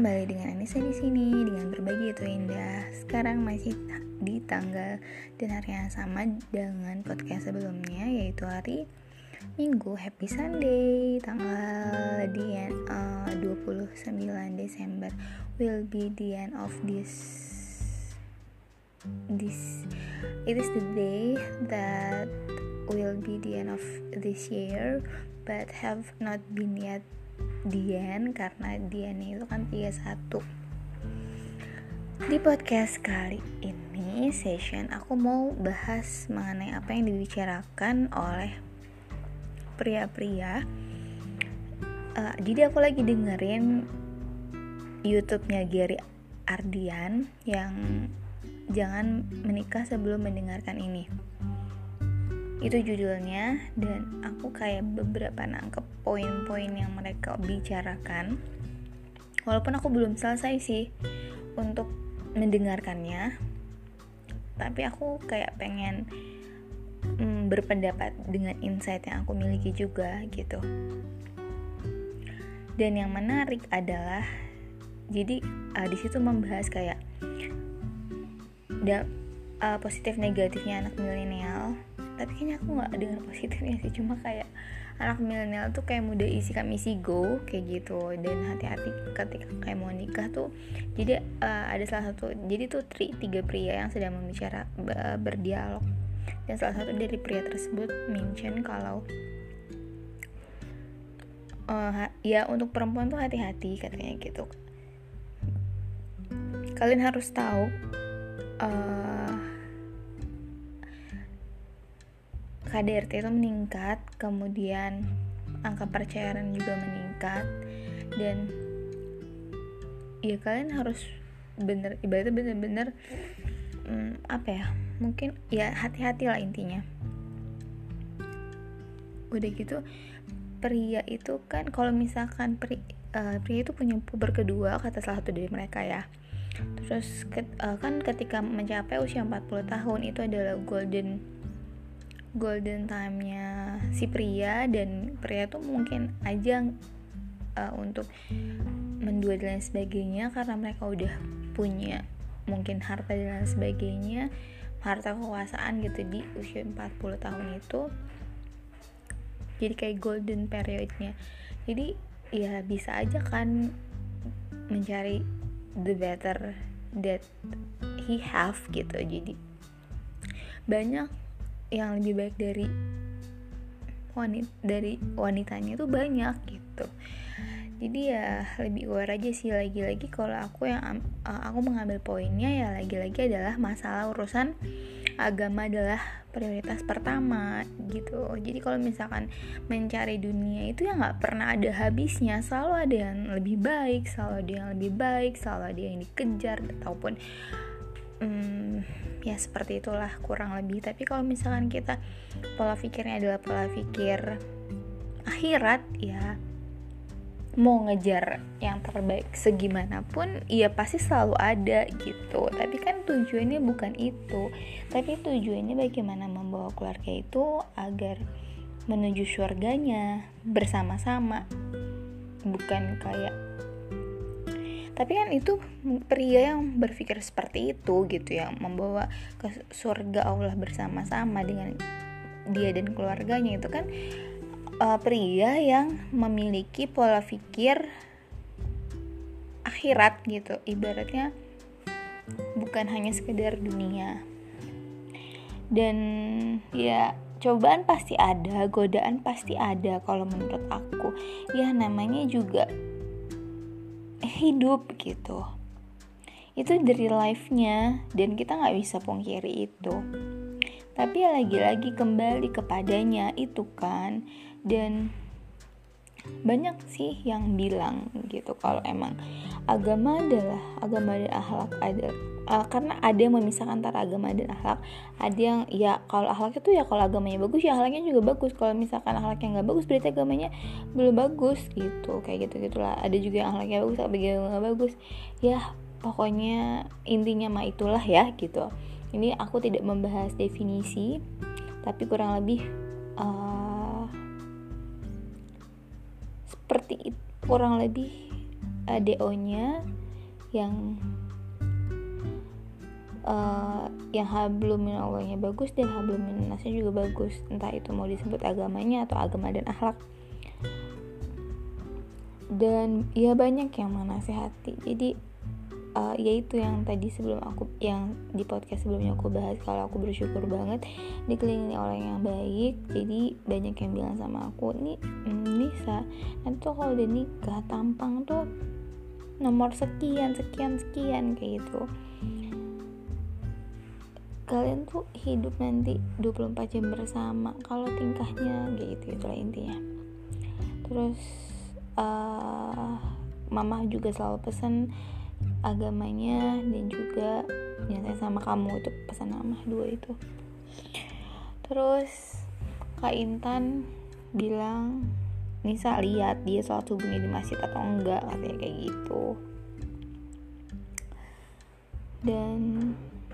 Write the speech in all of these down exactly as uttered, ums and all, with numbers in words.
kembali dengan Anissa di sini dengan berbagi itu indah. Sekarang masih di tanggal dan hari yang sama dengan podcast sebelumnya, yaitu hari Minggu. Happy Sunday. Tanggal di uh, dua puluh sembilan Desember will be the end of this this it is the day that will be the end of this year, but have not been yet Dian, karena Dian itu kan tiga puluh satu. Di podcast kali ini session aku mau bahas mengenai apa yang dibicarakan oleh pria-pria. uh, Jadi aku lagi dengerin YouTube-nya Gary Ardian yang jangan menikah sebelum mendengarkan ini. Itu judulnya, dan aku kayak beberapa nangkep poin-poin yang mereka bicarakan, walaupun aku belum selesai sih untuk mendengarkannya, tapi aku kayak pengen mm, berpendapat dengan insight yang aku miliki juga gitu. Dan yang menarik adalah, jadi uh, di situ membahas kayak da, uh, positif negatifnya anak milenial. Tapi kayaknya aku gak dengar positifnya sih, cuma kayak anak milenial tuh kayak mudah isi come easy go kayak gitu, dan hati-hati ketika kayak mau nikah tuh. Jadi uh, ada salah satu, jadi tuh tri, tiga pria yang sedang membicara uh, berdialog, dan salah satu dari pria tersebut mention kalau uh, ya untuk perempuan tuh hati-hati katanya gitu. Kalian harus tahu uh, K D R T itu meningkat, kemudian angka perceraian juga meningkat, dan ya kalian harus bener, ibaratnya bener-bener hmm, apa ya, mungkin ya hati-hati lah intinya. Udah gitu, pria itu kan kalau misalkan pri, uh, pria itu punya puber kedua, kata salah satu dari mereka ya. Terus ket, uh, kan ketika mencapai usia empat puluh tahun itu adalah golden golden time-nya si pria, dan pria tuh mungkin aja uh, untuk mendua dan lain sebagainya, karena mereka udah punya mungkin harta dan lain sebagainya, harta kekuasaan gitu di usia empat puluh tahun itu. Jadi kayak golden period-nya. Jadi ya bisa aja kan mencari the better that he have gitu. Jadi banyak yang lebih baik dari wanita dari wanitanya itu banyak gitu. Jadi ya lebih aware aja sih. Lagi-lagi kalau aku yang uh, aku mengambil poinnya ya lagi-lagi adalah masalah urusan agama adalah prioritas pertama gitu. Jadi kalau misalkan mencari dunia itu ya nggak pernah ada habisnya, selalu ada yang lebih baik, selalu ada yang lebih baik, selalu ada yang dikejar ataupun Hmm, ya seperti itulah kurang lebih. Tapi kalau misalkan kita pola pikirnya adalah pola pikir akhirat, ya mau ngejar yang terbaik segimanapun ya pasti selalu ada gitu. Tapi kan tujuannya bukan itu, tapi tujuannya bagaimana membawa keluarga itu agar menuju surganya bersama-sama, bukan kayak. Tapi kan itu pria yang berpikir seperti itu gitu, yang membawa ke surga Allah bersama-sama dengan dia dan keluarganya. Itu kan uh, pria yang memiliki pola pikir akhirat gitu. Ibaratnya bukan hanya sekedar dunia. Dan ya cobaan pasti ada, godaan pasti ada kalau menurut aku. Ya namanya juga hidup gitu, itu dari life-nya, dan kita gak bisa pungkiri itu. Tapi ya lagi-lagi kembali kepadanya itu kan. Dan banyak sih yang bilang gitu kalau emang agama adalah agama dan akhlak ada, uh, karena ada yang memisahkan antara agama dan akhlak. Ada yang ya kalau akhlak itu ya kalau agamanya bagus ya akhlaknya juga bagus. Kalau misalkan akhlaknya nggak bagus berarti agamanya belum bagus gitu, kayak gitu gitulah. Ada juga yang akhlaknya bagus tapi agamanya nggak bagus. Ya pokoknya intinya mah itulah ya gitu. Ini aku tidak membahas definisi, tapi kurang lebih uh, seperti itu, kurang lebih uh, D O-nya yang uh, yang hablum minallahnya bagus dan hablum minnasnya juga bagus, entah itu mau disebut agamanya atau agama dan akhlak. Dan ya banyak yang menasehati. Jadi uh, yaitu yang tadi sebelum aku yang di podcast sebelumnya aku bahas, kalau aku bersyukur banget dikelilingi orang yang baik. Jadi banyak yang bilang sama aku, nih mm, Nisa, nanti tuh kalau udah nikah tampang tuh nomor sekian sekian sekian kayak gitu. Kalian tuh hidup nanti dua puluh empat jam bersama, kalau tingkahnya gitu, itulah intinya. Terus uh, mama juga selalu pesan agamanya dan juga nyata sama kamu, itu pesan mama dua itu. Terus Kak Intan bilang, Nisa lihat dia sholat subuhnya di masjid atau enggak, katanya kayak gitu. Dan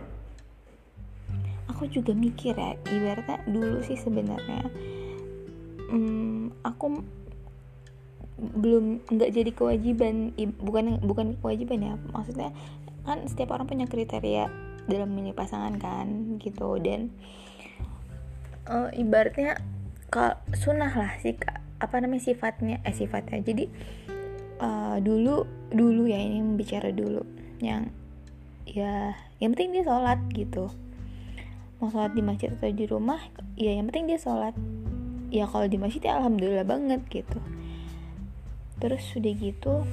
aku juga mikir ya, ibaratnya dulu sih sebenarnya hmm, aku belum nggak jadi kewajiban, bukan bukan kewajiban ya, maksudnya kan setiap orang punya kriteria dalam memilih pasangan kan gitu. Dan uh, ibaratnya kalau sunnah lah sih, apa namanya sifatnya eh sifatnya jadi uh, dulu dulu ya ini bicara dulu yang ya yang penting dia sholat gitu, mau sholat di masjid atau di rumah ya yang penting dia sholat. Ya kalau di masjid ya alhamdulillah banget gitu. Terus sudah gitu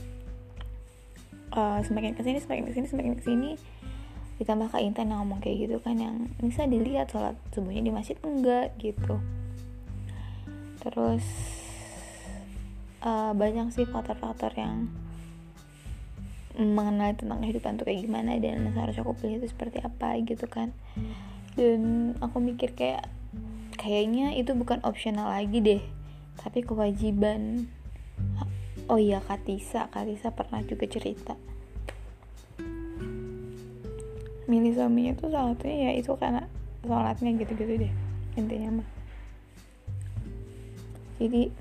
uh, semakin kesini semakin kesini semakin kesini ditambah Kak Intan yang ngomong kayak gitu kan, yang bisa dilihat sholat subuhnya di masjid enggak gitu. Terus uh, banyak sih faktor-faktor yang mengenal tentang kehidupan tuh kayak gimana dan seharusnya aku pilih itu seperti apa gitu kan. Dan aku mikir kayak kayaknya itu bukan opsional lagi deh, tapi kewajiban. Oh iya, Katisa Katisa pernah juga cerita milih suaminya tuh salah satunya ya itu karena sholatnya gitu-gitu deh intinya mah. Jadi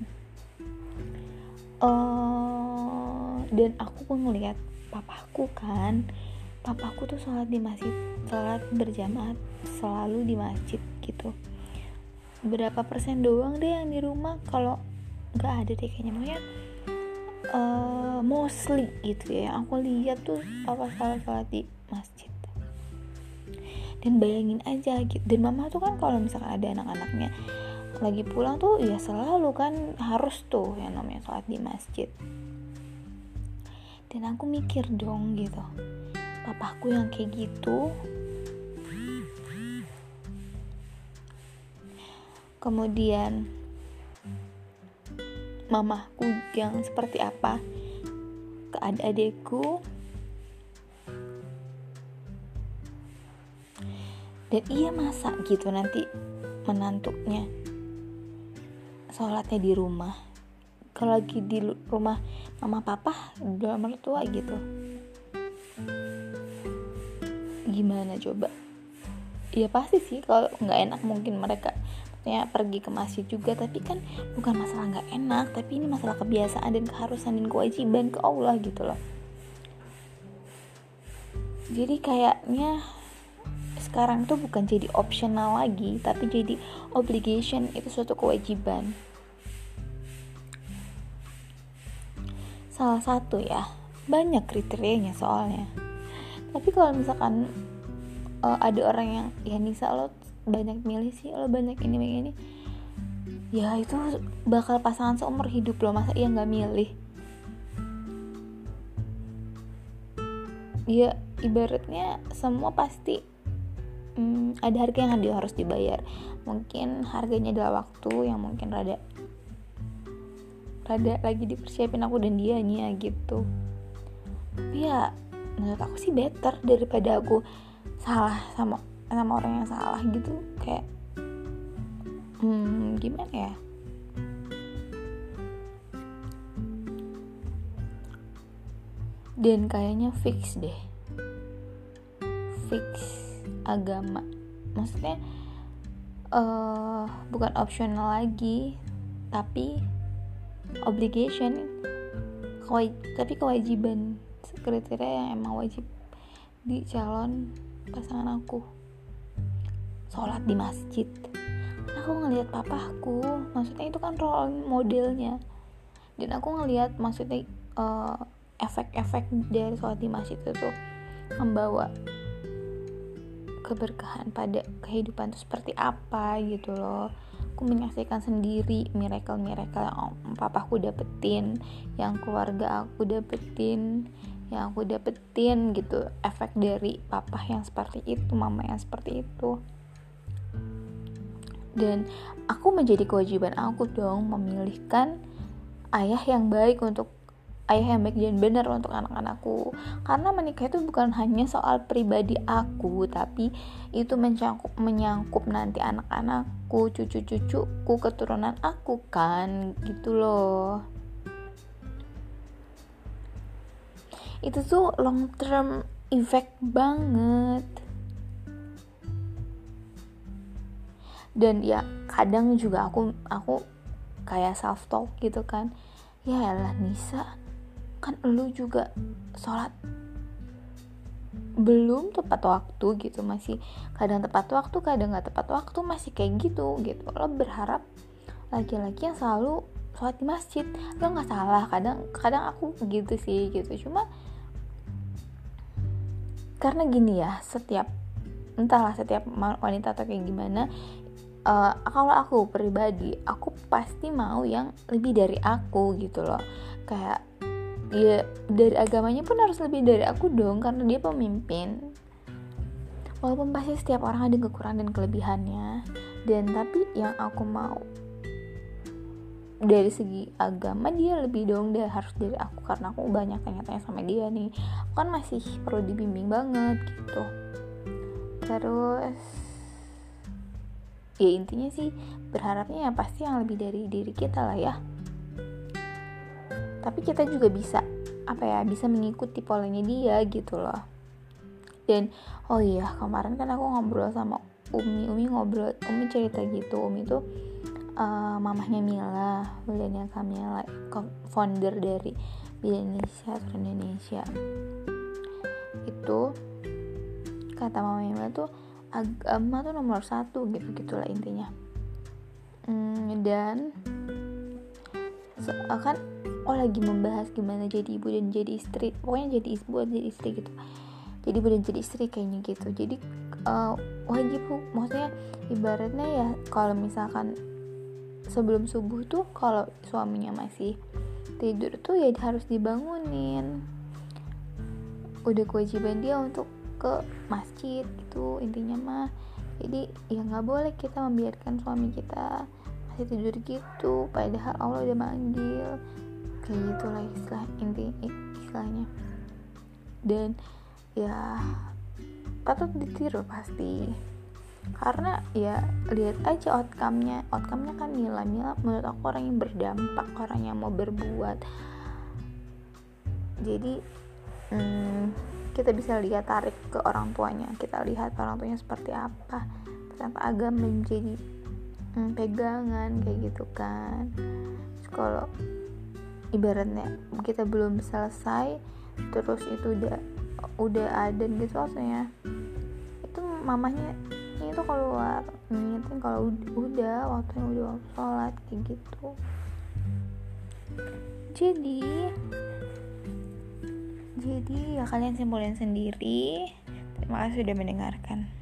uh, dan aku pun ngeliat papaku kan, papaku tuh sholat di masjid, sholat berjamaah selalu di masjid gitu. Berapa persen doang deh yang di rumah, kalau nggak ada deh kayaknya, makanya uh, mostly gitu ya aku lihat tuh papa selalu sholat di masjid. Dan bayangin aja gitu, dan mama tuh kan kalau misalkan ada anak-anaknya lagi pulang tuh ya selalu kan harus tuh yang namanya sholat di masjid. Dan aku mikir dong gitu, papaku yang kayak gitu, kemudian mamaku yang seperti apa ke adik-adikku, dan iya masa gitu nanti menantunya sholatnya di rumah, kalau lagi di rumah mama papa udah mertua gitu, gimana coba? Ya pasti sih kalau nggak enak mungkin mereka ya pergi ke masjid juga, tapi kan bukan masalah nggak enak, tapi ini masalah kebiasaan dan keharusan dan kewajiban ke Allah gitu loh. Jadi kayaknya sekarang tuh bukan jadi optional lagi, tapi jadi obligation, itu suatu kewajiban. Salah satu ya, banyak kriterianya soalnya. Tapi kalau misalkan uh, ada orang yang ya Nisa lo banyak milih sih, lo banyak ini ini, ya itu bakal pasangan seumur hidup lo, masa iya nggak milih? Ya ibaratnya semua pasti hmm, ada harga yang dia harus dibayar. Mungkin harganya adalah waktu yang mungkin rada rada lagi dipersiapin aku dan dianya gitu. Tapi ya menurut aku sih better daripada aku salah sama sama orang yang salah gitu, kayak hmm, gimana ya, dan kayaknya fix deh, fix agama, maksudnya uh, bukan optional lagi tapi obligation. Kewaj- tapi kewajiban kriteria yang emang wajib di calon pasangan aku, sholat di masjid. Aku ngelihat papaku, maksudnya itu kan role modelnya, dan aku ngelihat maksudnya uh, efek-efek dari sholat di masjid itu membawa keberkahan pada kehidupan itu seperti apa gitu loh. Aku menyaksikan sendiri miracle-miracle yang papaku dapetin, yang keluarga aku dapetin, yang aku dapetin gitu, efek dari papa yang seperti itu, mama yang seperti itu. Dan aku menjadi kewajiban aku dong memilihkan ayah yang baik untuk ayah yang baik dan benar untuk anak-anakku. Karena menikah itu bukan hanya soal pribadi aku, tapi itu menyangkup menyangkup nanti anak-anakku, cucu-cucuku, keturunan aku kan, gitu loh. Itu tuh long term effect banget. Dan ya kadang juga aku aku kayak self talk gitu kan, ya elah Nisa, kan lu juga sholat belum tepat waktu gitu, masih kadang tepat waktu kadang nggak tepat waktu, masih kayak gitu gitu. Lo berharap laki-laki yang selalu sholat di masjid, lo nggak salah, kadang kadang aku gitu sih gitu. Cuma karena gini ya, setiap entahlah setiap wanita atau kayak gimana, Uh, kalau aku pribadi, aku pasti mau yang lebih dari aku gitu loh. Kayak ya dari agamanya pun harus lebih dari aku dong, karena dia pemimpin. Walaupun pasti setiap orang ada kekurangan dan kelebihannya, dan tapi yang aku mau dari segi agama dia lebih dong, dia harus dari aku, karena aku banyak tanya-tanya sama dia nih. Aku kan masih perlu dibimbing banget gitu. Terus ya intinya sih berharapnya ya pasti yang lebih dari diri kita lah ya. Tapi kita juga bisa apa ya, bisa mengikuti polanya dia gitu loh. Dan oh iya, kemarin kan aku ngobrol sama Umi, Umi ngobrol, Umi cerita gitu, Umi tuh uh, mamahnya Mila, Milenia Kamila, founder dari Indonesia Indonesia. Itu kata mama Mila tuh agama tuh nomor satu gitu gitulah intinya. Hmm, dan kan oh lagi membahas gimana jadi ibu dan jadi istri, pokoknya jadi ibu dan jadi istri gitu, jadi ibu dan jadi istri kayaknya gitu. Jadi uh, wajib, maksudnya ibaratnya ya kalau misalkan sebelum subuh tuh kalau suaminya masih tidur tuh ya harus dibangunin, udah kewajiban dia untuk ke masjid gitu intinya mah. Jadi ya nggak boleh kita membiarkan suami kita masih tidur gitu, padahal Allah udah manggil, kayak gitulah istilah inti istilahnya. Dan ya patut ditiru pasti, karena ya lihat aja outcome-nya outcome-nya kan Mila Mila menurut aku orang yang berdampak, orang yang mau berbuat. Jadi hmm, kita bisa lihat, tarik ke orang tuanya, kita lihat orang tuanya seperti apa, ternyata agama menjadi hmm, pegangan kayak gitu kan. Terus kalau ibaratnya kita belum selesai terus itu udah udah adzan gitu, maksudnya itu mamahnya ini tuh keluar ngingetin kalau udah waktunya udah waktu sholat kayak gitu. Jadi Jadi ya kalian simpulin sendiri. Terima kasih sudah mendengarkan.